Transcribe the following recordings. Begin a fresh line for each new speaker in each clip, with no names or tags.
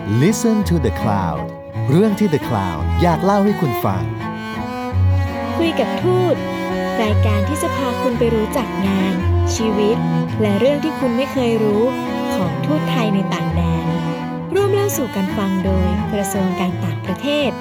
Listen to the Cloud เรื่องที่ The Cloud อยากเล่าให้คุณฟัง
คุยกับทูตรายการที่จะพาคุณไปรู้จักงานชีวิตและเรื่องที่คุณไม่เคยรู้ของทูตไทยในต่างแดนร่วมเล่าสู่กันฟังโดยกระทรวงการต่างประเทศ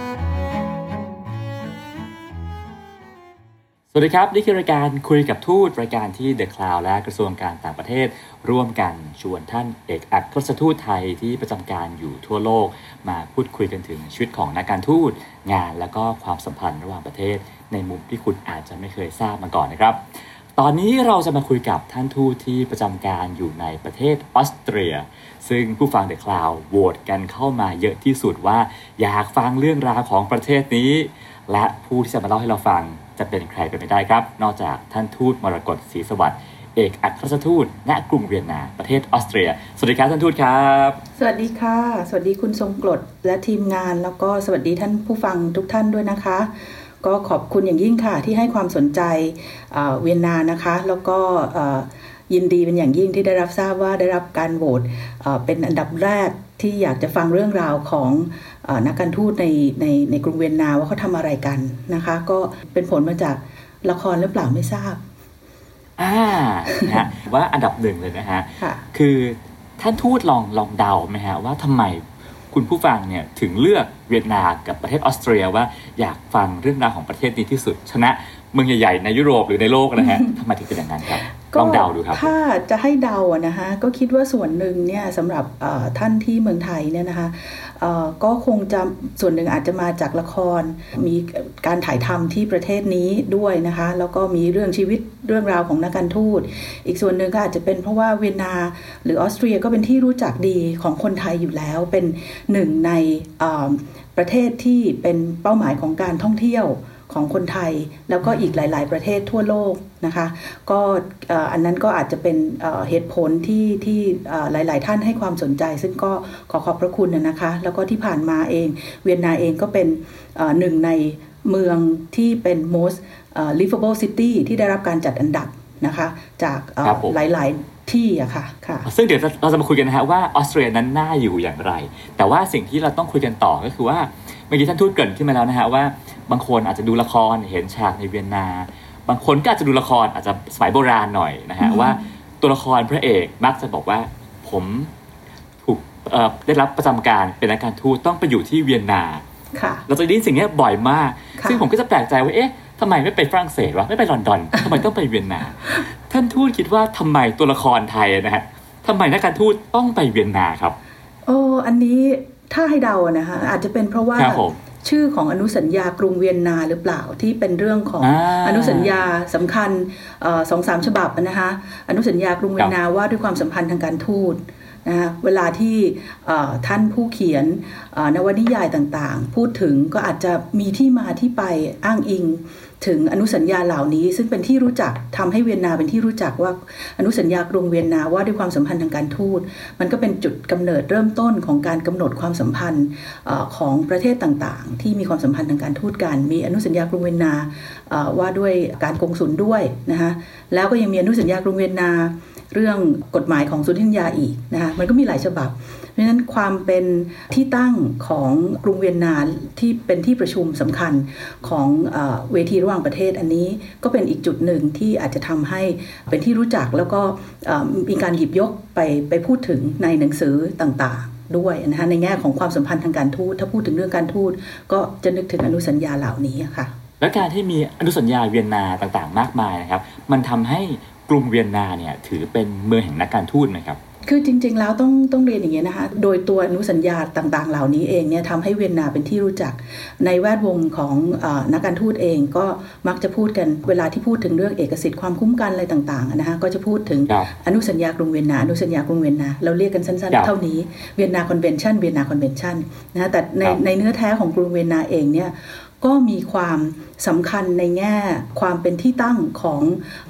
สวัสดีครับนี่คือรายการคุยกับทูตรายการที่ The Cloud และกระทรวงการต่างประเทศร่วมกันชวนท่านเอกอัครราชทูตไทยที่ประจำการอยู่ทั่วโลกมาพูดคุยกันถึงชีวิตของนักการทูตงานและก็ความสัมพันธ์ระหว่างประเทศในมุมที่คุณอาจจะไม่เคยทราบมาก่อนนะครับตอนนี้เราจะมาคุยกับท่านทูตที่ประจำการอยู่ในประเทศออสเตรียซึ่งผู้ฟัง The Cloud โหวตกันเข้ามาเยอะที่สุดว่าอยากฟังเรื่องราวของประเทศนี้และผู้ที่จะมาเล่าให้เราฟังจะเป็นใครไปไม่ได้ครับนอกจากท่านทูตมรกตศรีสวัสดิ์เอกอัครราชทูตณกรุงเวียนนาประเทศออสเตรียสวัสดีครับท่านทูตครับ
สวัสดีค่ะสวัสดีคุณทรงกลดและทีมงานแล้วก็สวัสดีท่านผู้ฟังทุกท่านด้วยนะคะก็ขอบคุณอย่างยิ่งค่ะที่ให้ความสนใจเวียนนานะคะแล้วก็ยินดีเป็นอย่างยิ่งที่ได้รับทราบว่าได้รับการโหวตเป็นอันดับแรกที่อยากจะฟังเรื่องราวของนักการทูตในกรุงเวียนนาว่าเขาทำอะไรกันนะคะก็เป็นผลมาจากละครหรือเปล่าไม่ทราบ
นะฮะว่าอันดับหนึ่งเลยนะฮะคือท่านทูตลองเดาไหมฮะว่าทำไมคุณผู้ฟังเนี่ยถึงเลือกเวียดนามกับประเทศออสเตรียว่าอยากฟังเรื่องราวของประเทศนี้ที่สุดชนะเมืองใหญ่ๆในยุโรปหรือในโลกนะฮะทำไมถึงเป็นอย่างนั้นครับลองเดาดูครับ
ถ้าจะให้เดานะฮะก็คิดว่าส่วนหนึ่งเนี่ยสำหรับท่านที่เมืองไทยเนี่ยนะคะก็คงจะส่วนหนึ่งอาจจะมาจากละครมีการถ่ายทำที่ประเทศนี้ด้วยนะคะแล้วก็มีเรื่องชีวิตเรื่องราวของนักการทูตอีกส่วนหนึ่งก็อาจจะเป็นเพราะว่าเวียนนาหรือออสเตรียก็เป็นที่รู้จักดีของคนไทยอยู่แล้วเป็นหนึ่งในประเทศที่เป็นเป้าหมายของการท่องเที่ยวของคนไทยแล้วก็อีกหลายๆประเทศทั่วโลกนะคะก็อันนั้นก็อาจจะเป็นเหตุผลที่หลายๆท่านให้ความสนใจซึ่งก็ขอบพระคุณนะคะแล้วก็ที่ผ่านมาเองเวียนนาเองก็เป็นหนึ่งในเมืองที่เป็น most livable city ที่ได้รับการจัดอันดับนะคะจากหลายๆที่อะค่ะ
ซึ่งเดี๋ยวเราจะมาคุยกันนะฮะว่าออสเตรียนั้นน่าอยู่อย่างไรแต่ว่าสิ่งที่เราต้องคุยกันต่อก็คือว่าเมื่อกี้ท่านทูตเกริ่นขึ้นมาแล้วนะฮะว่าบางคนอาจจะดูละครเห็นฉากในเวียนนาบางคนก็อาจจะดูละครอาจจะสมัยโบราณหน่อยนะฮะว่าตัวละครพระเอกมักจะบอกว่าผมถูกได้รับประจำการเป็นนักการทูตต้องไปอยู่ที่เวียนนาเราจะได้ยินสิ่งนี้บ่อยมากซึ่งผมก็จะแปลกใจว่าเอ๊ะทำไมไม่ไปฝรั่งเศสวะไม่ไปลอนดอนทำไมต้องไปเวียนนาท่านทูตคิดว่าทำไมตัวละครไทยนะฮะทำไมนักการทูตต้องไปเวียนนาครับ
อันนี้ถ้าให้เดานะคะอาจจะเป็นเพราะว่าชื่อของอนุสัญญากรุงเวียนนาหรือเปล่าที่เป็นเรื่องของอนุสัญญาสำคัญ2-3 ฉบับนะคะอนุสัญญากรุงเวียนนาว่าด้วยความสัมพันธ์ทางการทูตนะเวลาที่ท่านผู้เขียนนวนิยายต่างๆพูดถึงก็อาจจะมีที่มาที่ไปอ้างอิงถึงอนุสัญญาเหล่านี้ซึ่งเป็นที่รู้จักทำให้เวียนนาเป็นที่รู้จักว่าอนุสัญญากรุงเวียนนาว่าด้วยความสัมพันธ์ทางการทูตมันก็เป็นจุดกำเนิดเริ่มต้นของการกำหนดความสัมพันธ์ของประเทศต่างๆที่มีความสัมพันธ์ทางการทูตกันมีอนุสัญญากรุงเวียนนาว่าด้วยการกงสุลด้วยนะคะแล้วก็ยังมีอนุสัญญากรุงเวียนนาเรื่องกฎหมายของสนธิสัญญาอีกนะคะมันก็มีหลายฉบับเพราะฉะนั้นความเป็นที่ตั้งของกรุงเวียนนาที่เป็นที่ประชุมสำคัญของเวทีระหว่างประเทศอันนี้ก็เป็นอีกจุดหนึ่งที่อาจจะทำให้เป็นที่รู้จักแล้วก็มีการหยิบยกไปพูดถึงในหนังสือต่างๆด้วยนะคะในแง่ของความสัมพันธ์ทางการทูตถ้าพูดถึงเรื่องการทูตก็จะนึกถึงอนุสัญญาเหล่านี้ค่ะ
และการที่มีอนุสัญญาเวียนนาต่างๆมากมายนะครับมันทำให้กรุงเวียนนาเนี่ยถือเป็นเมืองแห่งนักการทูตไหมครับ
คือจริงๆแล้วต้องเรียนอย่างนี้นะคะโดยตัวอนุสัญญาต่างๆเหล่านี้เองเนี่ยทำให้เวียนนาเป็นที่รู้จักในแวดวงของนักการทูตเองก็มักจะพูดกันเวลาที่พูดถึงเรื่องเอกสิทธิ์ความคุ้มกันอะไรต่างๆนะคะก็จะพูดถึงอนุสัญญากรุงเวียนนาอนุสัญญากรุงเวียนนาเราเรียกกันสั้นๆเท่านี้เวียนนาคอนเวนชั่นเวียนนาคอนเวนชั่นนะแต่ในเนื้อแท้ของกรุงเวียนนาเองเนี่ยก็มีความสำคัญในแง่ความเป็นที่ตั้งของ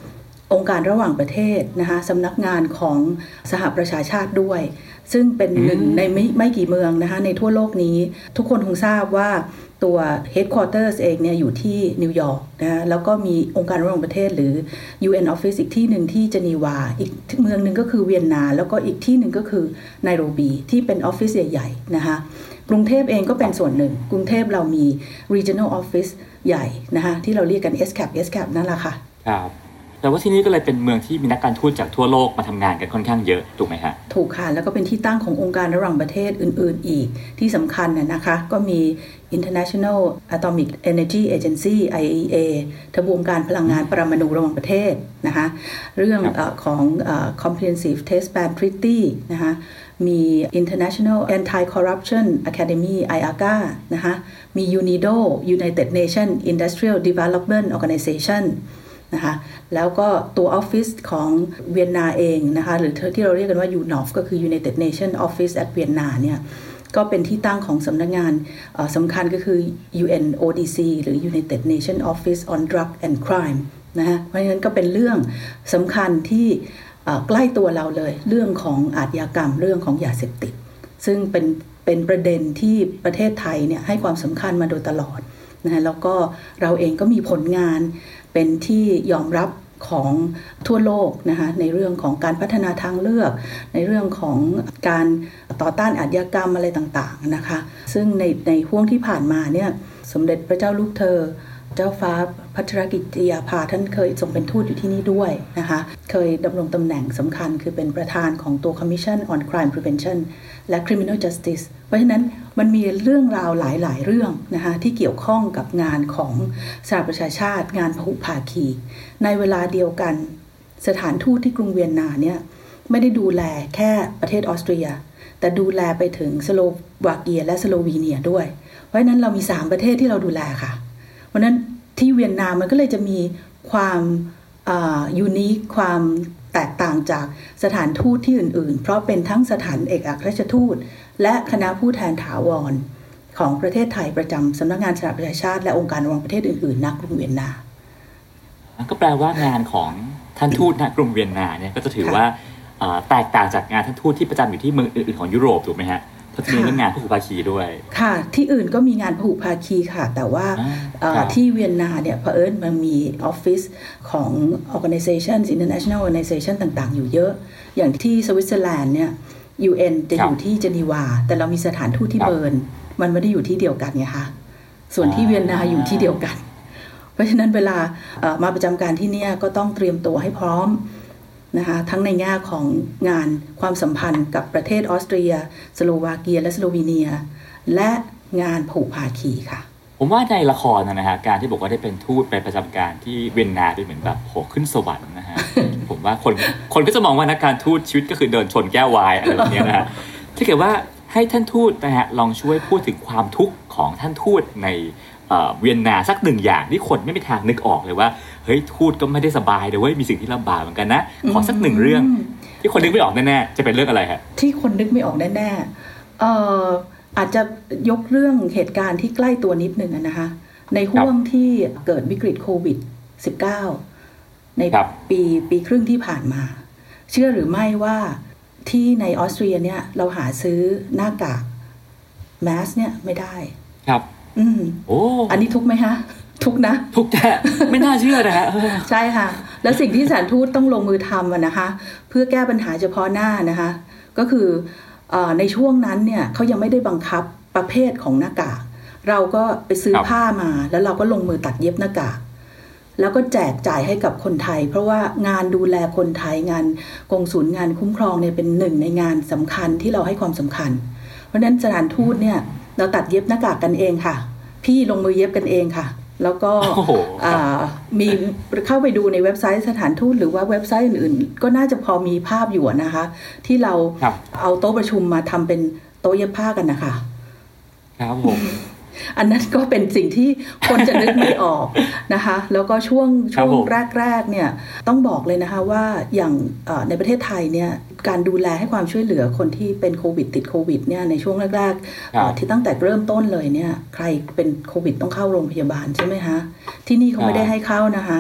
องค์การระหว่างประเทศนะคะสำนักงานของสหประชาชาติด้วยซึ่งเป็นหนึ่งในไม่กี่เมืองนะคะในทั่วโลกนี้ทุกคนคงทราบว่าตัว headquarters เองเนี่ยอยู่ที่นิวยอร์กนะแล้วก็มีองค์การระหว่างประเทศหรือ UN Office อีกที่หนึ่งที่เจนีวาอีกเมืองหนึ่งก็คือเวียนนาแล้วก็อีกที่หนึ่งก็คือไนโรบีที่เป็นออฟฟิศใหญ่ๆนะคะกรุงเทพเองก็เป็นส่วนหนึ่งกรุงเทพเรามี regional office ใหญ่นะคะที่เราเรียกกัน SCAP นั่นแหละค่ะ
ครับแต่ว่าที่นี่ก็เลยเป็นเมืองที่มีนักการทูตจากทั่วโลกมาทำงานกันค่อนข้างเยอะถูกไหมฮะ
ถูกค่ะแล้วก็เป็นที่ตั้งขององค์การระหว่างประเทศอื่นๆอีกที่สำคัญนะคะก็มี International Atomic Energy Agency IAEA ทบวงการพลังงานปรมาณูระหว่างประเทศนะคะเรื่องของ Comprehensive Test Ban Treaty นะคะมี International Anti-Corruption Academy IAGA นะคะมี UNIDO United Nations Industrial Development Organizationนะคะแล้วก็ตัวออฟฟิศของเวียนนาเองนะคะหรือที่เราเรียกกันว่า UNOF ก็คือ United Nations Office at Vienna เนี่ยก็เป็นที่ตั้งของสำนักงานสำคัญก็คือ UNODC หรือ United Nations Office on Drug and Crime นะเพราะฉะนั้นก็เป็นเรื่องสำคัญที่ใกล้ตัวเราเลยเรื่องของอาชญากรรมเรื่องของยาเสพติดซึ่งเป็นประเด็นที่ประเทศไทยเนี่ยให้ความสำคัญมาโดยตลอดนะแล้วก็เราเองก็มีผลงานเป็นที่ยอมรับของทั่วโลกนะคะในเรื่องของการพัฒนาทางเลือกในเรื่องของการต่อต้านอาชญากรรมอะไรต่างๆนะคะซึ่งในห่วงที่ผ่านมาเนี่ยสมเด็จพระเจ้าลูกเธอเจ้าฟ้าพัชรกิติยาภาท่านเคยทรงเป็นทูตอยู่ที่นี่ด้วยนะคะเคยดำรงตำแหน่งสำคัญคือเป็นประธานของตัว Commission on Crime Prevention และ Criminal Justice เพราะฉะนั้นมันมีเรื่องราวหลายๆเรื่องนะคะที่เกี่ยวข้องกับงานของสหประชาชาติงานพหุภาคีในเวลาเดียวกันสถานทูตที่กรุงเวียนนาเนี่ยไม่ได้ดูแลแค่ประเทศออสเตรียแต่ดูแลไปถึงสโลวาเกียและสโลวีเนียด้วยเพราะฉะนั้นเรามี3ประเทศที่เราดูแลค่ะเพราะนั้นที่เวียนนามันก็เลยจะมีความยูนิคความแตกต่างจากสถานทูตที่อื่นๆเพราะเป็นทั้งสถานเอกอัครราชทูตและคณะผู้แทนถาวรของประเทศไทยประจำสำนักงานสหประชาชาติและองค์การระหว่างประเทศอื่นๆณกรุงเวียนนา
ก็แปลว่างานของท่านทูตณกรุงเวียนนาเนี่ยก็จะถือว่าแตกต่างจากงานท่านทูตที่ประจำอยู่ที่เมืองอื่นๆของยุโรปถูกไหมฮะเพราะจะมีเรื่องงานพหุภาคีด้วย
ค่ะที่อื่นก็มีงานพหุภาคีค่ะแต่ว่าที่เวียนนาเนี่ยเผอิญมันมีออฟฟิศของ organization international organization ต่างๆอยู่เยอะอย่างที่สวิตเซอร์แลนด์เนี่ย UN จะอยู่ที่เจนีวาแต่เรามีสถานทูตที่เบิร์นมันไม่ได้อยู่ที่เดียวกันไงคะส่วนที่เวียนนาอยู่ที่เดียวกันเพราะฉะนั้นเวลามาประจำการที่เนี่ยก็ต้องเตรียมตัวให้พร้อมนะคะทั้งในแง่ของงานความสัมพันธ์กับประเทศออสเตรียสโลวาเกียและสโลวีเนียและงานพหุภาคีค่ะ
ผมว่าในละครนะฮะการที่บอกว่าได้เป็นทูตไปประจำการที่เวียนนาเป็นเหมือนแบบโหขึ้นสวรรค์นะฮะ ผมว่าคนก็จะมองว่านักการทูตชีวิตก็คือเดินชนแก้ววายอะไรแบบนี้นะฮะถ้าเกิดว่าให้ท่านทูตนะฮะลองช่วยพูดถึงความทุกข์ของท่านทูตในเวียนนาสักหนึ่งอย่างที่คนไม่มีทางนึกออกเลยว่าเฮ้ยทูตก็ไม่ได้สบายเลยเว้ยมีสิ่งที่ลำบากเหมือนกันนะขอสักหนึ่งเรื่องที่คนนึกไม่ออกแน่ๆจะเป็นเรื่องอะไรครับ
ที่คนนึกไม่ออกแน่ๆอาจจะยกเรื่องเหตุการณ์ที่ใกล้ตัวนิดนึงนะคะในห่วงที่เกิดวิกฤตโควิด -19 ในปีครึ่งที่ผ่านมาเชื่อหรือไม่ว่าที่ในออสเตรียเนี่ยเราหาซื้อหน้ากากแมสเนี่ยไม่ได้
ครับ
โอ้อันนี้ทุกไหมคะทุกนะ
ทุกแต่ไม่น่าเชื่อนะฮะ
ใช่ค่ะแล้วสิ่งที่สถานทูตต้องลงมือทำนะคะเพื่อแก้ปัญหาเฉพาะหน้านะคะก็คือในช่วงนั้นเนี่ยเขายังไม่ได้บังคับประเภทของหน้ากากเราก็ไปซื้อผ้ามาแล้วเราก็ลงมือตัดเย็บหน้ากากแล้วก็แจกจ่ายให้กับคนไทยเพราะว่างานดูแลคนไทยงานกงสุลงานคุ้มครองเนี่ยเป็นหนึ่งในงานสำคัญที่เราให้ความสำคัญเพราะฉะนั้นสถานทูตเนี่ยเราตัดเย็บหน้ากากกันเองค่ะพี่ลงมือเย็บกันเองค่ะแล้วก็มีเข้าไปดูในเว็บไซต์สถานทูตหรือว่าเว็บไซต์อื่นๆก็น่าจะพอมีภาพอยู่นะคะที่เราเอาโต๊ะประชุมมาทำเป็นโต๊ะเย็บผ้ากันนะคะ
ครับผม
อันนั้นก็เป็นสิ่งที่คนจะนึกไม่ออกนะคะแล้วก็ช่วงแรกๆเนี่ยต้องบอกเลยนะคะว่าอย่างในประเทศไทยเนี่ยการดูแลให้ความช่วยเหลือคนที่เป็นโควิดติดโควิดเนี่ยในช่วงแรกๆที่ตั้งแต่เริ่มต้นเลยเนี่ยใครเป็นโควิดต้องเข้าโรงพยาบาลใช่ไหมคะที่นี่เขาไม่ได้ให้เข้านะคะ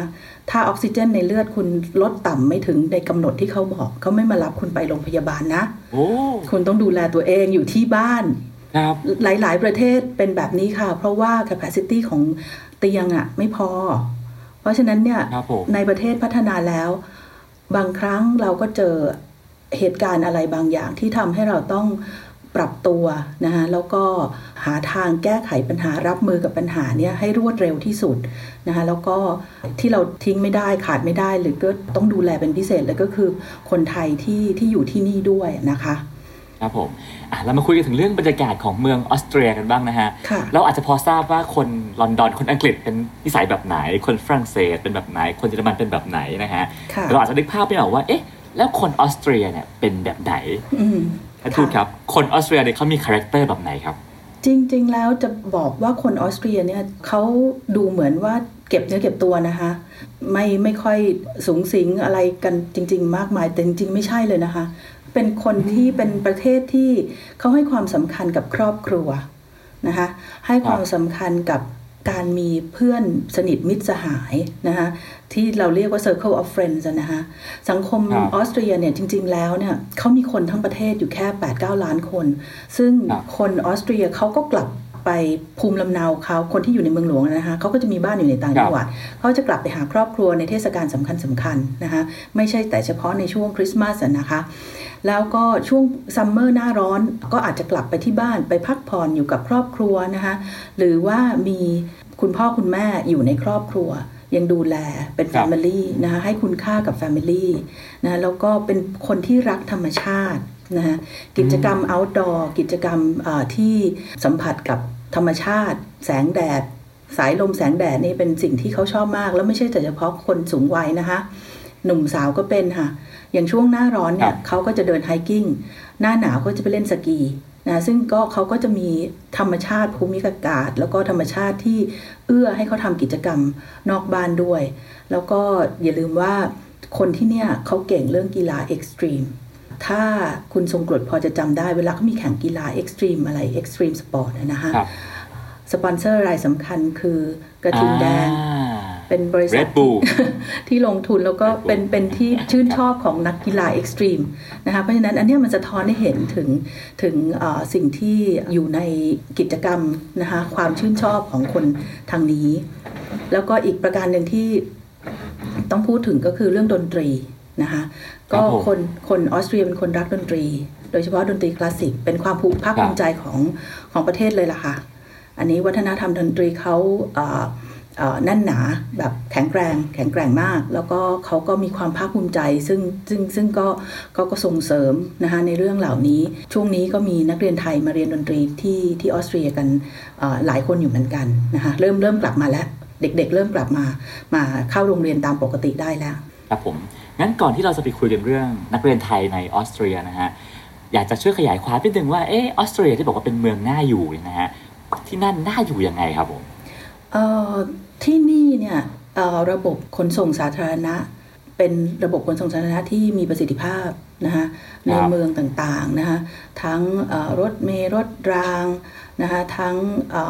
ถ้าออกซิเจนในเลือดคุณลดต่ำไม่ถึงในกำหนดที่เขาบอกเขาไม่มารับคุณไปโรงพยาบาลนะคุณต้องดูแลตัวเองอยู่ที่บ้านหลายๆประเทศเป็นแบบนี้ค่ะเพราะว่า capacity ของเตียงไม่พอเพราะฉะนั้นเนี่ยในประเทศพัฒนาแล้วบางครั้งเราก็เจอเหตุการณ์อะไรบางอย่างที่ทำให้เราต้องปรับตัวนะคะแล้วก็หาทางแก้ไขปัญหารับมือกับปัญหาเนี่ยให้รวดเร็วที่สุดนะคะแล้วก็ที่เราทิ้งไม่ได้ขาดไม่ได้หรือก็ต้องดูแลเป็นพิเศษเลยก็คือคนไทยที่อยู่ที่นี่ด้วยนะคะ
ครับผมเรามาคุยกันถึงเรื่องบรรยากาศของเมืองออสเตรียกันบ้างนะฮะเราอาจจะพอทราบว่าคนลอนดอนคนอังกฤษเป็นนิสัยแบบไหนคนฝรั่งเศสเป็นแบบไหนคนเยอรมันเป็นแบบไหนนะฮะเราอาจจะนึกภาพไม่ออกว่าเอ๊ะแล้วคนออสเตรียเนี่ยเป็นแบบไหนท่านทูตครับคนออสเตรียเนี่ยเขามีคาแรคเตอร์แบบไหนครับ
จริงๆแล้วจะบอกว่าคนออสเตรียเนี่ยเขาดูเหมือนว่าเก็บเนื้อเก็บตัวนะคะไม่ค่อยสูงสิงอะไรกันจริงๆมากมายแต่จริงๆไม่ใช่เลยนะคะเป็นคนที่เป็นประเทศที่เขาให้ความสำคัญกับครอบครัวนะคะให้ความสำคัญกับการมีเพื่อนสนิทมิตรสหายนะคะที่เราเรียกว่า circle of friends นะคะสังคมออสเตรียเนี่ยจริงๆแล้วเนี่ยเขามีคนทั้งประเทศอยู่แค่ 8-9 ล้านคนซึ่งคนออสเตรียเขาก็กลับไปภูมิลำเนาเขาคนที่อยู่ในเมืองหลวงนะคะเขาก็จะมีบ้านอยู่ในต่างจังหวัดเขาจะกลับไปหาครอบครัวในเทศกาลสำคัญนะคะไม่ใช่แต่เฉพาะในช่วงคริสต์มาสนะคะแล้วก็ช่วงซัมเมอร์หน้าร้อนก็อาจจะกลับไปที่บ้านไปพักผ่อนอยู่กับครอบครัวนะคะหรือว่ามีคุณพ่อคุณแม่อยู่ในครอบครัวยังดูแลเป็นแฟมิลี่นะคะให้คุณค่ากับแฟมิลี่นะแล้วก็เป็นคนที่รักธรรมชาตินะกิจกรรม outdoor กิจกรรมที่สัมผัสกับธรรมชาติแสงแดดสายลมแสงแดดนี่เป็นสิ่งที่เขาชอบมากแล้วไม่ใช่แต่เฉพาะคนสูงวัยนะคะหนุ่มสาวก็เป็นค่ะอย่างช่วงหน้าร้อนเนี่ยเขาก็จะเดินไฮกิ้งหน้าหนาวก็จะไปเล่นสกีนะซึ่งเขาก็จะมีธรรมชาติภูมิอากาศแล้วก็ธรรมชาติที่เอื้อให้เขาทำกิจกรรมนอกบ้านด้วยแล้วก็อย่าลืมว่าคนที่เนี่ยเขาเก่งเรื่องกีฬาเอ็กซ์ตรีมถ้าคุณทรงกรดพอจะจำได้เวลาเขามีแข่งกีฬาเอ็กซ์ตรีมอะไรเอ็กซ์ตรีมสปอร์ตนะคะสปอนเซอร์รายสำคัญคือกระทิงแดงเป็นบริษัทที่ลงทุนแล้วก็เป็นที่ชื่นชอบของนักกีฬาเอ็กซ์ตรีมนะคะเพราะฉะนั้นอันนี้มันสะท้อนให้เห็นถึงสิ่งที่อยู่ในกิจกรรมนะคะความชื่นชอบของคนทางนี้แล้วก็อีกประการหนึ่งที่ต้องพูดถึงก็คือเรื่องดนตรีนะคะก็คนออสเตรียเป็นคนรักดนตรีโดยเฉพาะดนตรีคลาสสิกเป็นความภาคภูมิใจของประเทศเลยล่ะค่ะอันนี้วัฒนธรรมดนตรีเขาแน่นหนาแบบแข็งแกร่งมากแล้วก็เขาก็มีความภาคภูมิใจซึ่งก็ส่งเสริมนะคะในเรื่องเหล่านี้ช่วงนี้ก็มีนักเรียนไทยมาเรียนดนตรีที่ออสเตรียกันหลายคนอยู่เหมือนกันนะคะเริ่มกลับมาแล้วเด็กๆเริ่มกลับมาเข้าโรงเรียนตามปกติได้แล้ว
ครับผมงั้นก่อนที่เราจะไปคุยกันเรื่องนักเรียนไทยในออสเตรียนะฮะอยากจะช่วยขยายความนิดนึงว่าออสเตรียที่บอกว่าเป็นเมืองน่าอยู่นะฮะที่นั่นน่าอยู่ยังไงครับผม
ที่นี่เนี่ยระบบขนส่งสาธารณะเป็นระบบขนส่งสาธารณะที่มีประสิทธิภาพนะคะในเมืองต่างๆนะคะทั้งรถเมล์รถรางนะคะทั้ง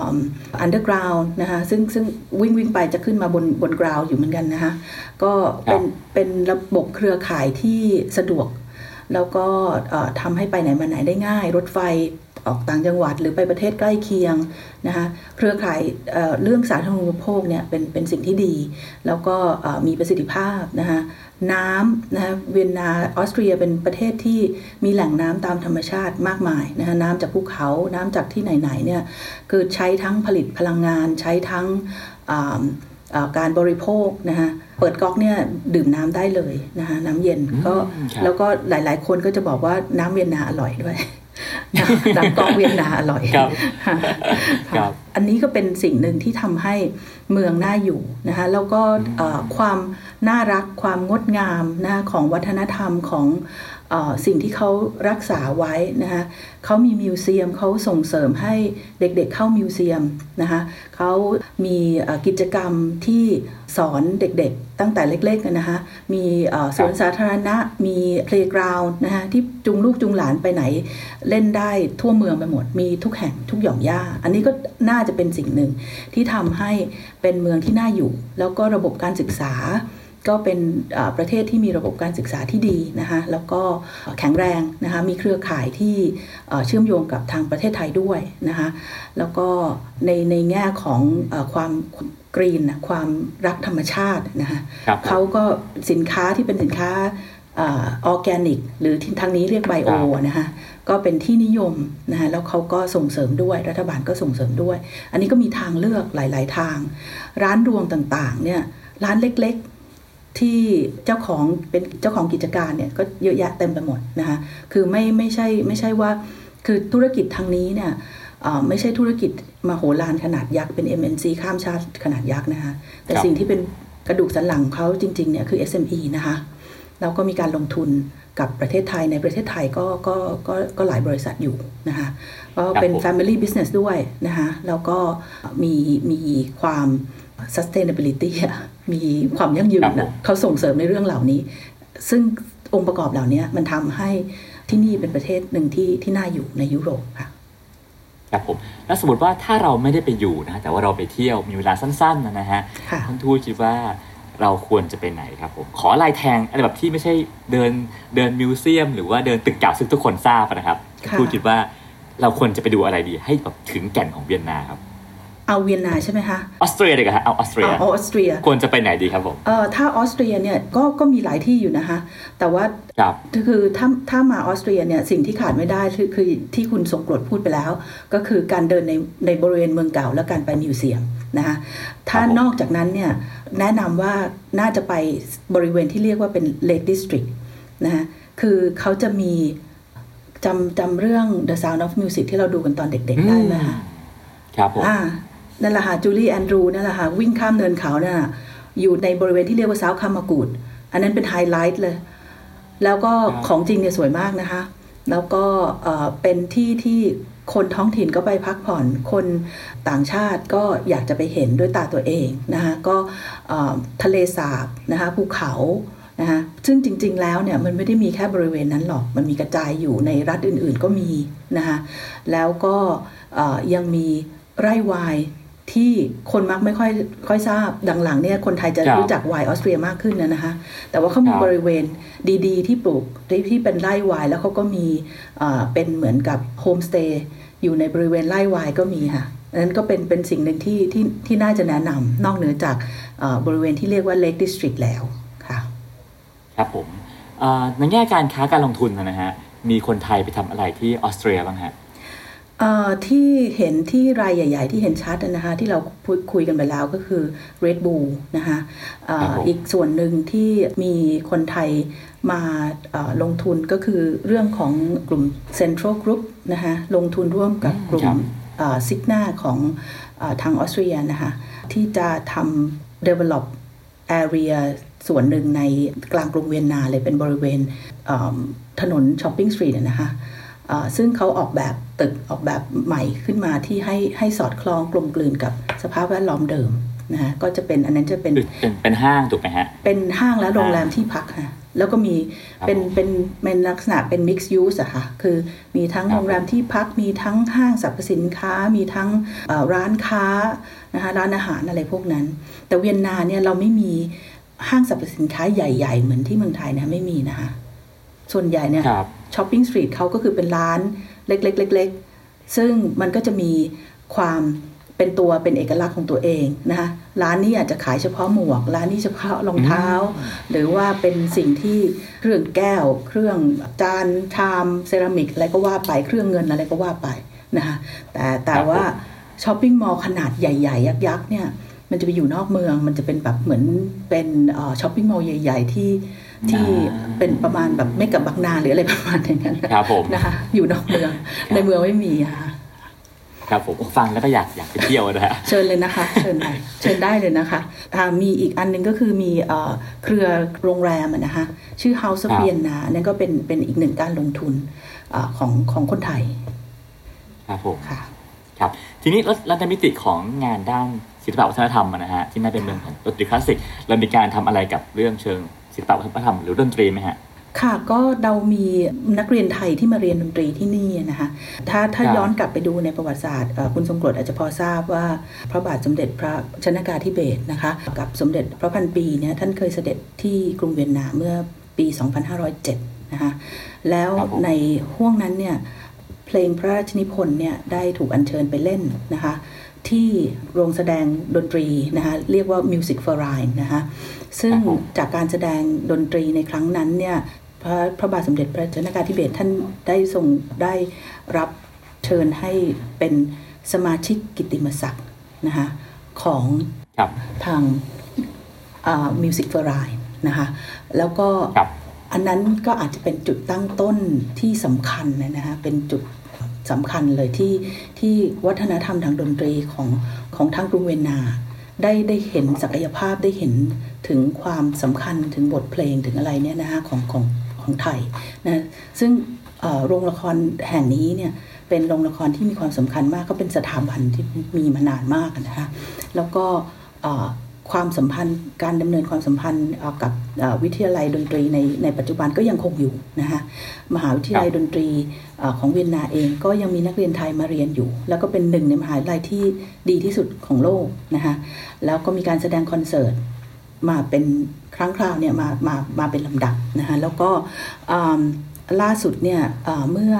underground นะคะซึ่งวิ่งไปจะขึ้นมาบน ground อยู่เหมือนกันนะคะก็เป็นระบบเครือข่ายที่สะดวกแล้วก็ทำให้ไปไหนมาไหนได้ง่ายรถไฟออกต่างจังหวัดหรือไปประเทศใกล้เคียงนะคะเครือข่ายเรื่องสาธารณูปโภคเนี่ยเป็นสิ่งที่ดีแล้วก็มีประสิทธิภาพนะคะน้ำนะคะเวียนนาออสเตรียเป็นประเทศที่มีแหล่งน้ำตามธรรมชาติมากมายนะคะน้ำจากภูเขาน้ำจากที่ไหนๆเนี่ยคือใช้ทั้งผลิตพลังงานใช้ทั้งการบริโภคนะคะเปิดก๊อกเนี่ยดื่มน้ำได้เลยนะคะน้ำเย็นก็แล้วก็หลายๆคนก็จะบอกว่าน้ำเวียนนาอร่อยด้วยน้ำก๊อกเวียนนาอร่อยอันนี้ก็เป็นสิ่งหนึ่งที่ทำให้เมืองน่าอยู่นะคะแล้วก็ความน่ารักความงดงามนะของวัฒนธรรมของสิ่งที่เขารักษาไว้นะคะเขามีมิวเซียมเขาส่งเสริมให้เด็กๆเข้ามิวเซียมนะคะเขามีกิจกรรมที่สอนเด็กๆตั้งแต่เล็กๆนะคะมีสวนสาธารณะมีเพลย์กราวด์นะคะที่จูงลูกจูงหลานไปไหนเล่นได้ทั่วเมืองไปหมดมีทุกแห่งทุกหย่อมหญ้าอันนี้ก็น่าจะเป็นสิ่งหนึ่งที่ทำให้เป็นเมืองที่น่าอยู่แล้วก็ระบบการศึกษาก็เป็นประเทศที่มีระบบการศึกษาที่ดีนะคะแล้วก็แข็งแรงนะคะมีเครือข่ายที่เชื่อมโยงกับทางประเทศไทยด้วยนะคะแล้วก็ในแง่ของความกรีนความรักธรรมชาตินะคะเขาก็สินค้าที่เป็นสินค้าออร์แกนิกหรือทางนี้เรียกไบโอนะคะก็เป็นที่นิยมนะคะแล้วเขาก็ส่งเสริมด้วยรัฐบาลก็ส่งเสริมด้วยอันนี้ก็มีทางเลือกหลายๆทางร้านรวงต่างๆเนี่ยร้านเล็กๆที่เจ้าของเป็นเจ้าของกิจการเนี่ยก็เยอะแยะเต็มไปหมดนะคะคือไม่ใช่ว่าคือธุรกิจทางนี้เนี่ยไม่ใช่ธุรกิจมโหฬารขนาดยักษ์เป็น MNC ข้ามชาติขนาดยักษ์นะคะแต่สิ่งที่เป็นกระดูกสันหลังเขาจริงๆเนี่ยคือ SME นะคะแล้วก็มีการลงทุนกับประเทศไทยในประเทศไทยก็หลายบริษัทอยู่นะคะก็เป็น Family Business ด้วยนะคะแล้วก็มีความ sustainability มีความยั่งยืนเขาส่งเสริมในเรื่องเหล่านี้ซึ่งองค์ประกอบเหล่านี้มันทำให้ที่นี่เป็นประเทศหนึ่งที่น่าอยู่ในยุโรปค่ะ
ครับผมแล้วสมมติว่าถ้าเราไม่ได้ไปอยู่นะแต่ว่าเราไปเที่ยวมีเวลาสั้นๆนะฮะท่านทูตคิดว่าเราควรจะไปไหนครับผมขอลายแทงอะไรแบบที่ไม่ใช่เดินมิวเซียมหรือว่าเดินตึกเก่าซึ่งทุกคนทราบนะครับทูตคิดว่าเราควรจะไปดูอะไรดีให้แบบถึงแก่นของเวียนนาครับ
เอาเวียนนาใช่ไหมคะ
ออสเตรียเลยครับเอาออสเตรียควรจะไปไหนดีครับผม
ถ้าออสเตรียเนี่ยก็มีหลายที่อยู่นะคะแต่ว่าคือถ้ามาออสเตรียเนี่ยสิ่งที่ขาดไม่ได้คือที่คุณทรงกรดพูดไปแล้วก็คือการเดินในบริเวณเมืองเก่าและการไปมิวเซียมนะคะถ้านอกจากนั้นเนี่ยแนะนำว่าน่าจะไปบริเวณที่เรียกว่าเป็น Lake District นะคะคือเขาจะมีจำเรื่อง The Sound of Music ที่เราดูกันตอนเด็กๆได้ไหมคะ
ครับผม
นั่นแหละค่ะจูลี่แอนดรูนั่นแหละค่ะวิ่งข้ามเนินเขาน่ะอยู่ในบริเวณที่เรียกว่าซาวคามากูดอันนั้นเป็นไฮไลท์เลยแล้วก็ของจริงเนี่ยสวยมากนะคะแล้วก็เป็นที่คนท้องถิ่นก็ไปพักผ่อนคนต่างชาติก็อยากจะไปเห็นด้วยตาตัวเองนะคะก็ทะเลสาบนะคะภูเขานะคะซึ่งจริงๆแล้วเนี่ยมันไม่ได้มีแค่บริเวณนั้นหรอกมันมีกระจายอยู่ในรัฐอื่นๆก็มีนะคะแล้วก็ยังมีไร่ไวน์ที่คนมักไม่ค่อยทราบดังหลังเนี่ยคนไทยจะรู้จักไวน์ออสเตรียมากขึ้นนะคะแต่ว่าเขามีบริเวณดีๆที่ปลูกที่เป็นไร่ไวน์แล้วเขาก็มีเป็นเหมือนกับโฮมสเตย์อยู่ในบริเวณไร่ไวน์ก็มีค่ะนั้นก็เป็นสิ่งหนึ่งที่น่าจะแนะนำนอกเหนือจากบริเวณที่เรียกว่า Lake District แล้วค่ะ
ครับผมในแง่การค้าการลงทุนนะฮะมีคนไทยไปทำอะไรที่ออสเตรียบ้างฮะ
ที่เห็นที่รายใหญ่ๆที่เห็นชัดนะคะที่เราคุยกันไปแล้วก็คือ Red Bull นะคะอีกส่วนหนึ่งที่มีคนไทยมาลงทุนก็คือเรื่องของกลุ่ม Central Group นะคะลงทุนร่วมกับกลุ่มซิกนาของทางออสเตรียนะคะที่จะทำ develop area ส่วนหนึ่งในกลางกรุงเวียนนาเลยเป็นบริเวณถนนช้อปปิ้งสตรีทนะคะซึ่งเขาออกแบบตึกออกแบบใหม่ขึ้นมาที่ให้สอดคล้องกลมกลืนกับสภาพแวดล้อมเดิมนะคะก็จะเป็นอันนั้นจะ
เป็นห้างถูกไหมฮะ
เป็นห้างและโรงแรมที่พักค่ะแล้วก็มีเป็นลักษณะเป็น mixed use อะค่ะคือมีทั้งโรงแรมที่พักมีทั้งห้างสรรพสินค้ามีทั้งร้านค้านะคะร้านอาหารอะไรพวกนั้นแต่เวียนนาเนี่ยเราไม่มีห้างสรรพสินค้าใหญ่ๆเหมือนที่เมืองไทยนะไม่มีนะคะส่วนใหญ่เนี่ยช้อปปิ้งสตรีทเขาก็คือเป็นร้านเล็กๆๆซึ่งมันก็จะมีความเป็นตัวเป็นเอกลักษณ์ของตัวเองนะคะร้านนี้อาจจะขายเฉพาะหมวกร้านนี้เฉพาะรองเท้าหรือว่าเป็นสิ่งที่เครื่องแก้วเครื่องจานชามเซรามิกอะไรก็ว่าไปเครื่องเงินอะไรก็ว่าไปนะคะแต่ว่าช้อปปิ้งมอลล์ขนาดใหญ่ๆยักษ์ๆเนี่ยมันจะไปอยู่นอกเมืองมันจะเป็นแบบเหมือนเป็นช้อปปิ้งมอลล์ใหญ่ๆที่เป็นประมาณแบบไม่กับบางนาหรืออะไรประมาณอย่างนั้นนะคะอยู่นอกเมืองในเมืองไม่มีค่ะ
ครับผมฟังแล้วก็อยากไปเที่ยวนะฮะ
เชิญเลยนะคะเชิญได้เลยนะคะมีอีกอันนึงก็คือมีเครือโรงแรมนะคะชื่อ House of Vienna นั่นก็เป็นอีกหนึ่งการลงทุนของคนไทย
ครับผมครับทีนี้แล้วในมิติของงานด้านศิลปวัฒนธรรมนะฮะที่น่าเป็นเมืองของดนตรีคลาสสิกเรามีการทำอะไรกับเรื่องเชิงศิลปวัฒนธรรมหรือดนตรีไหมฮะ
ค่ะก็เรามีนักเรียนไทยที่มาเรียนดนตรีที่นี่นะคะถ้าย้อนกลับไปดูในประวัติศาสตร์คุณทรงกรดอาจจะพอทราบว่าพระบาทสมเด็จพระชนกาธิเบศรนะคะกับสมเด็จพระพันปีเนี่ยท่านเคยเสด็จที่กรุงเวียนนาเมื่อปี 2507 นะคะแล้วในห้วงนั้นเนี่ยเพลงพระราชนิพนธ์เนี่ยได้ถูกอัญเชิญไปเล่นนะคะที่โรงแสดงดนตรีนะคะเรียกว่า Music for Rhine นะคะซึ่งจากการแสดงดนตรีในครั้งนั้นเนี่ยพระบาทสมเด็จพระชนกาธิเบศรท่านได้รับเชิญให้เป็นสมาชิกกิตติมศักดิ์นะคะของทางMusic for Rhine นะคะแล้วก็อันนั้นก็อาจจะเป็นจุดตั้งต้นที่สำคัญนะคะเป็นจุดสำคัญเลยที่วัฒนธรรมทางดนตรีของทางกรุงเวียนนาได้เห็นศักยภาพได้เห็นถึงความสำคัญถึงบทเพลงถึงอะไรเนี่ยนะคะของไทยนะซึ่งโรงละครแห่งนี้เนี่ยเป็นโรงละครที่มีความสำคัญมากก็เป็นสถาบันที่มีมานานมากนะคะแล้วก็ความสัมพันธ์การดำเนินความสัมพันธ์กับวิทยาลัยดนตรีในปัจจุบันก็ยังคงอยู่นะคะมหาวิทยาลัยดนตรีของเวียนนาเองก็ยังมีนักเรียนไทยมาเรียนอยู่แล้วก็เป็นหนึ่งในมหาวิทยาลัยที่ดีที่สุดของโลกนะคะแล้วก็มีการแสดงคอนเสิร์ตมาเป็นครั้งคราวเนี่ยมาเป็นลำดับนะคะแล้วก็ล่าสุดเนี่ยเมื่อ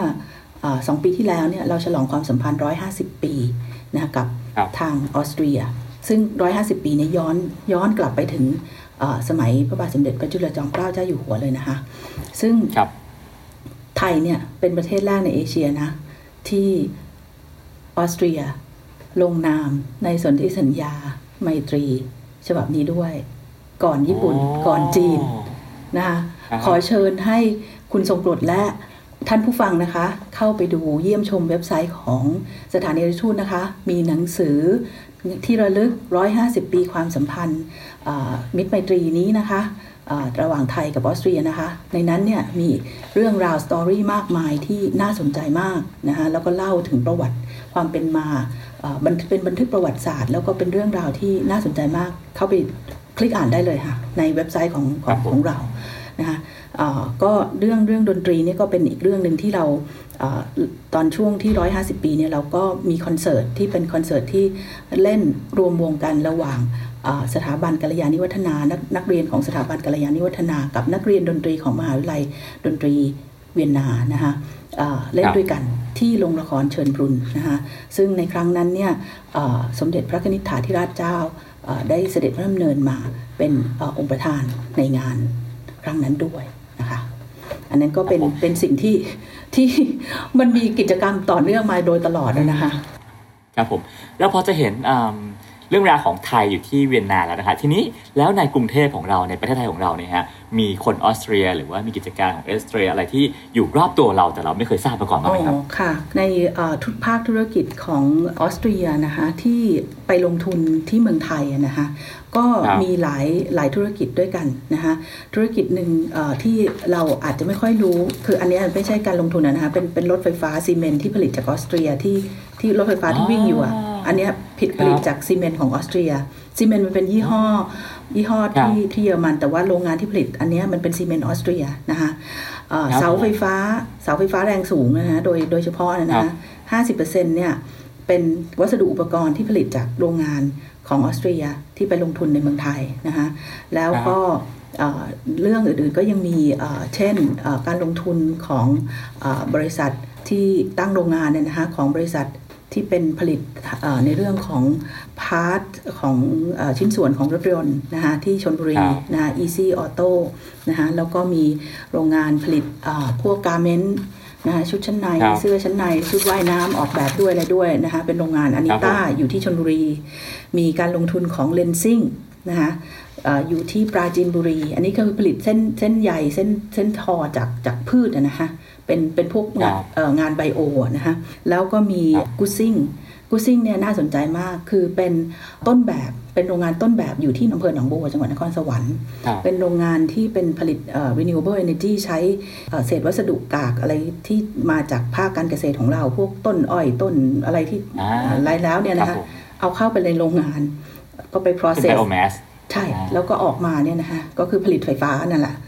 2 ปีที่แล้วเนี่ยเราฉลองความสัมพันธ์150 ปีนะคะกับทางออสเตรียซึ่ง150 ปีนี้ย้อนกลับไปถึงสมัยพระบาทสมเด็จพระจุลจอมเกล้าเจ้าอยู่หัวเลยนะคะซึ่งไทยเนี่ยเป็นประเทศแรกในเอเชียนะที่ออสเตรียลงนามในสนธิสัญญาไมตรีฉบับนี้ด้วยก่อนญี่ปุ่นก่อนจีนนะคะขอเชิญให้คุณทรงกรดและท่านผู้ฟังนะคะเข้าไปดูเยี่ยมชมเว็บไซต์ของสถานีวิทยุทูตนะคะมีหนังสือที่ระลึก150 ปีความสัมพันธ์มิตรไมตรีนี้นะคะระหว่างไทยกับออสเตรียนะคะในนั้นเนี่ยมีเรื่องราวสตอรี่มากมายที่น่าสนใจมากนะคะแล้วก็เล่าถึงประวัติความเป็นมาเป็นบันทึกประวัติศาสตร์แล้วก็เป็นเรื่องราวที่น่าสนใจมากเข้าไปคลิกอ่านได้เลยค่ะในเว็บไซต์ของเรานะคะก็เรื่องดนตรีนี่ก็เป็นอีกเรื่องนึงที่เราตอนช่วงที่150 ปีเนี่ยเราก็มีคอนเสิร์ตที่เป็นคอนเสิร์ตที่เล่นรวมวงกันระหว่างสถาบันกัลยาณิวัฒนานักเรียนของสถาบันกัลยาณิวัฒนากับนักเรียนดนตรีของมหาวิทยาลัยดนตรีเวียนนานะคะเล่นด้วยกันที่โรงละครเชิญพรุนนะคะซึ่งในครั้งนั้นเนี่ยสมเด็จพระกนิษฐาธิราชเจ้าได้เสด็จพระดำเนินมาเป็นองค์ประธานในงานครั้งนั้นด้วยนะคะอันนั้นก็เป็นสิ่งที่มันมีกิจกรรมต่อเนื่องมาโดยตลอดนะคะ
ครับผมแล้วพอจะเห็นเรื่องราวของไทยอยู่ที่เวียนนาแล้วนะคะทีนี้แล้วในกรุงเทพของเราในประเทศไทยของเราเนี่ยฮะมีคนออสเตรียหรือว่ามีกิจการของออสเตรียอะไรที่อยู่รอบตัวเราแต่เราไม่เคยทราบมาก่อนบ้างไหมครับ
ค่ะในทุกภาคธุรกิจของออสเตรียนะคะที่ไปลงทุนที่เมืองไทยนะคะก็มีหลายธุรกิจด้วยกันนะคะธุรกิจหนึ่งที่เราอาจจะไม่ค่อยรู้คืออันนี้ไม่ใช่การลงทุนนะคะเป็นรถไฟฟ้าซีเมนต์ที่ผลิตจากออสเตรียที่รถไฟฟ้าที่วิ่งอยู่อันนี้ผิดผลิตจากซีเมนต์ของออสเตรียซีเมนต์มันเป็นยี่ห้อที่เยอรมันแต่ว่าโรงงานที่ผลิตอันนี้มันเป็นซีเมนต์ออสเตรียนะคะเสาไฟฟ้าแรงสูงนะคะโดยเฉพาะนะคะ 50% เนี่ยเป็นวัสดุอุปกรณ์ที่ผลิตจากโรงงานของออสเตรียที่ไปลงทุนในเมืองไทยนะคะแล้วก็เรื่องอื่นๆก็ยังมีเช่นการลงทุนของบริษัทที่ตั้งโรงงานเนี่ยนะคะของบริษัทที่เป็นผลิตในเรื่องของพาร์ทของชิ้นส่วนของรถยนต์นะคะที่ชลบุรีนะคะ Easy Auto นะคะแล้วก็มีโรงงานผลิตพวกการ์เมนต์นะคะชุดชั้นในเสื้อชั้นในชุดว่ายน้ำออกแบบด้วยอะไรด้วยนะคะเป็นโรงงานอานิต้าอยู่ที่ชลบุรีมีการลงทุนของเลนซิ่งนะคะอยู่ที่ปราจีนบุรีอันนี้คือผลิตเส้นใยเส้นทอจากพืชนะคะเป็นพวกงานไบโอนะคะแล้วก็มีกูซิ่งเนี่ยน่าสนใจมากคือเป็นต้นแบบเป็นโรงงานต้นแบบอยู่ที่อำเภอหนองบัวจังหวัดนครสวรรค์เป็นโรงงานที่เป็นผลิตrenewable energy ใช้เศษวัสดุกากอะไรที่มาจากภาคการเกษตรของเราพวกต้นอ้อยต้นอะไรที่ไรแล้วเนี่ยนะคะเอาเข้าไปในโรงงานก็ไป process ใช่แล้วก็ออกมาเนี่ยนะคะก็คือผลิตไฟฟ้านั่นแหละ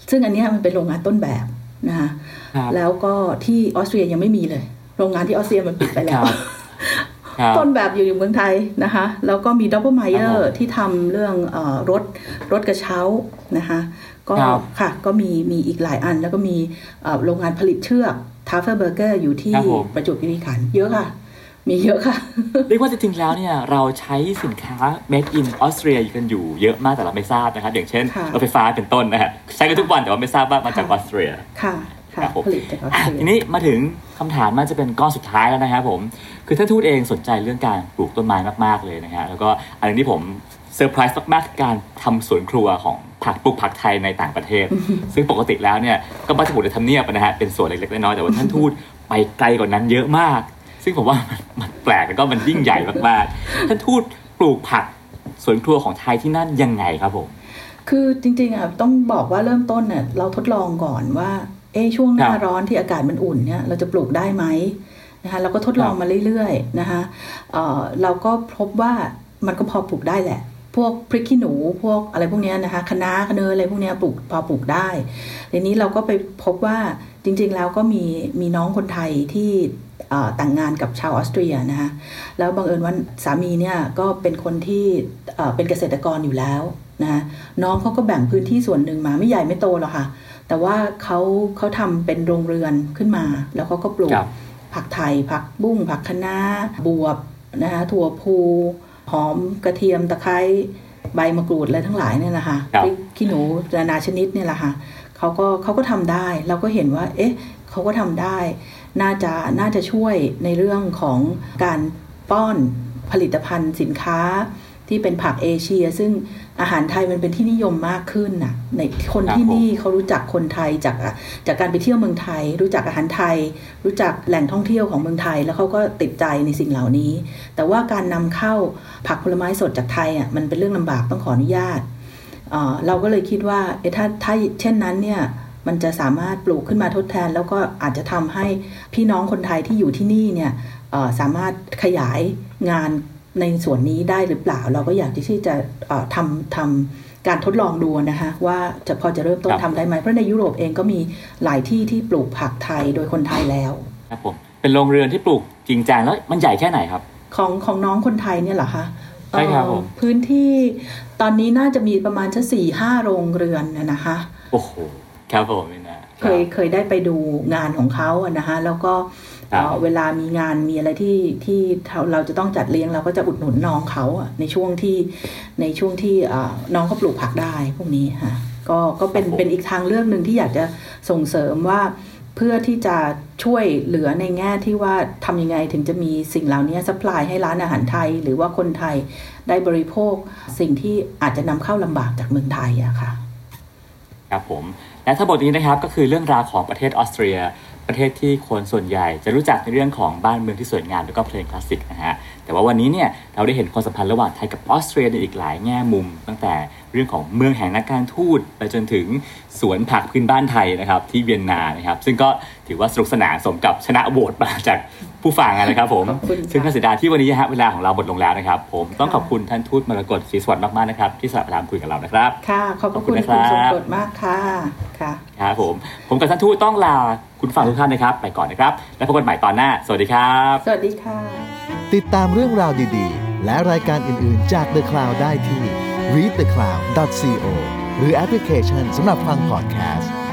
ซึ่งอันนี้มันเป็นโรงงานต้นแบบนะคะแล้วก็ที่ออสเตรียยังไม่มีเลยโรงงานที่ออสเตรียมันปิดไปแล้วต้นแบบอยู่เมืองไทยนะคะแล้วก็มีดับเบิลไมเออร์ที่ทำเรื่องรถกระเช้านะคะก็ค่ะก็มีอีกหลายอันแล้วก็มีโรงงานผลิตเชือกทาเฟอร์เบอร์เกอร์อยู่ที่ประจวบคีรีขันธ์เยอะค่ะมีเยอะค่ะ
เรียกว่าจริงๆแล้วเนี่ยเราใช้สินค้า made in Austria กันอยู่เยอะมากแต่เราไม่ทราบนะครับอย่างเช่นรถไฟฟ้าเป็นต้นนะฮะใช้กันทุกวันแต่ว่าไม่ทราบว่ามาจากออสเตรีย
ค่ะผลิตจากออสเตรีย
ทีนี้มาถึงคำถามมันจะเป็นก้อนสุดท้ายแล้วนะครับผมคือท่านทูตเองสนใจเรื่องการปลูกต้นไม้มากๆเลยนะฮะแล้วก็อันที่ผมเซอร์ไพรส์มากๆการทำสวนครัวของปลูกผักไทยในต่างประเทศซึ่งปกติแล้วเนี่ยก็มักจะปลูกในทำเนียบนะฮะเป็นสวนเล็กๆน้อยๆแต่ว่าท่านทูตไปไกลกว่านั้นเยอะมากซึ่งผมว่ามันแปลกแล้วก็มันยิ่งใหญ่มากๆท่านทูตปลูกผักสวนครัวของไทยที่นั่นยังไงครับผม
คือจริงๆอ่ะต้องบอกว่าเริ่มต้นเนี่ยเราทดลองก่อนว่าช่วงหน้าร้อนที่อากาศมันอุ่นเนี่ยเราจะปลูกได้ไหมนะคะเราก็ทดลองมาเรื่อยๆนะคะเราก็พบว่ามันก็พอปลูกได้แหละพวกพริกขี้หนูพวกอะไรพวกนี้นะคะคะน้าคะเนยอะไรพวกนี้พอปลูกได้ทีนี้เราก็ไปพบว่าจริงๆแล้วก็มีน้องคนไทยที่แต่งงานกับชาวออสเตรียนะคะแล้วบังเอิญว่าสามีเนี่ยก็เป็นคนที่เป็นเกษตรกรอยู่แล้วนะน้องเขาก็แบ่งพื้นที่ส่วนหนึ่งมาไม่ใหญ่ไม่โตหรอกค่ะแต่ว่าเขาทำเป็นโรงเรือนขึ้นมาแล้วเขาก็ปลูกผักไทยผักบุ้งผักคะน้าบวบนะคะถั่วพูหอมกระเทียมตะไคร้ใบมะกรูดอะไรทั้งหลายเนี่ยนะคะพริกขี้หนูนานาชนิดเนี่ยแหละค่ะเขาก็ทำได้เราก็เห็นว่าเขาก็ทำได้น่าจะช่วยในเรื่องของการป้อนผลิตภัณฑ์สินค้าที่เป็นผักเอเชียซึ่งอาหารไทยมันเป็นที่นิยมมากขึ้นน่ะในคนที่นี่เขารู้จักคนไทยจากการไปเที่ยวเมืองไทยรู้จักอาหารไทยรู้จักแหล่งท่องเที่ยวของเมืองไทยแล้วเขาก็ติดใจในสิ่งเหล่านี้แต่ว่าการนำเข้าผักผลไม้สดจากไทยอ่ะมันเป็นเรื่องลำบากต้องขออนุญาตเราก็เลยคิดว่าถ้าเช่นนั้นเนี่ยมันจะสามารถปลูกขึ้นมาทดแทนแล้วก็อาจจะทำให้พี่น้องคนไทยที่อยู่ที่นี่เนี่ยสามารถขยายงานในส่วนนี้ได้หรือเปล่าเราก็อยากที่จะทำการทดลองดูนะคะว่าพอจะเริ่มต้นทำได้ไหมเพราะในยุโรปเองก็มีหลายที่ที่ปลูกผักไทยโดยคนไทยแล้ว
ครับผมเป็นโรงเรือนที่ปลูกจริงจังแล้วมันใหญ่แค่ไหนครับ
ของน้องคนไทยเนี่ยเหรอคะ
ใช่ครับผม
พื้นที่ตอนนี้น่าจะมีประมาณ4-5 โรงเรือนนะคะ
โอ้โหครับผมนี่นะ
เคยได้ไปดูงานของเขานะคะแล้วก็เวลามีงานมีอะไรที่เราจะต้องจัดเลี้ยงเราก็จะอุดหนุนน้องเขาในช่วงที่น้องเขาปลูกผักได้พวกนี้ค่ะก็เป็นอีกทางเลือกหนึ่งที่อยากจะส่งเสริมว่าเพื่อที่จะช่วยเหลือในแง่ที่ว่าทำยังไงถึงจะมีสิ่งเหล่านี้ซัพพลายให้ร้านอาหารไทยหรือว่าคนไทยได้บริโภคสิ่งที่อาจจะนำเข้าลำบากจากเมืองไทยอะค่ะ
ครับผมและทั้งหมดนี้นะครับก็คือเรื่องราวของประเทศออสเตรียประเทศที่คนส่วนใหญ่จะรู้จักในเรื่องของบ้านเมืองที่สวยงามแล้วก็เพลงคลาสสิกนะฮะแต่ว่าวันนี้เนี่ยเราได้เห็นความสัมพันธ์ระหว่างไทยกับออสเตรียในอีกหลายแง่มุมตั้งแต่เรื่องของเมืองแห่งนักการทูตไปจนถึงสวนผักพื้นบ้านไทยนะครับที่เวียนนานะครับซึ่งก็ถือว่าสนุกสนานสมกับชนะโหวตมาจากผู้ฟังนะครับผมซึ่งน่าเสียดายที่วันนี้ฮะเวลาของเราหมดลงแล้วนะครับผมต้องขอบคุณท่านทูตมรกตศรีสวัสดิ์มากๆนะครับที่สละเวลาคุยกับเรานะครับ
ค่ะขอบคุณคุณสมกฎมากค่ะ
ครับผมกับท่านทูตต้องลาคุณฟังทุกท่านนะครับไปก่อนนะครับแล้วพบกันใหม่ตอนหน้าสวัสดีครับ
สวัสดีค่ะ
ติดตามเรื่องราวดีๆและรายการอื่นๆจาก The Cloud ได้ที่ readthecloud.co หรือแอปพลิเคชันสำหรับฟังพอดแคสต์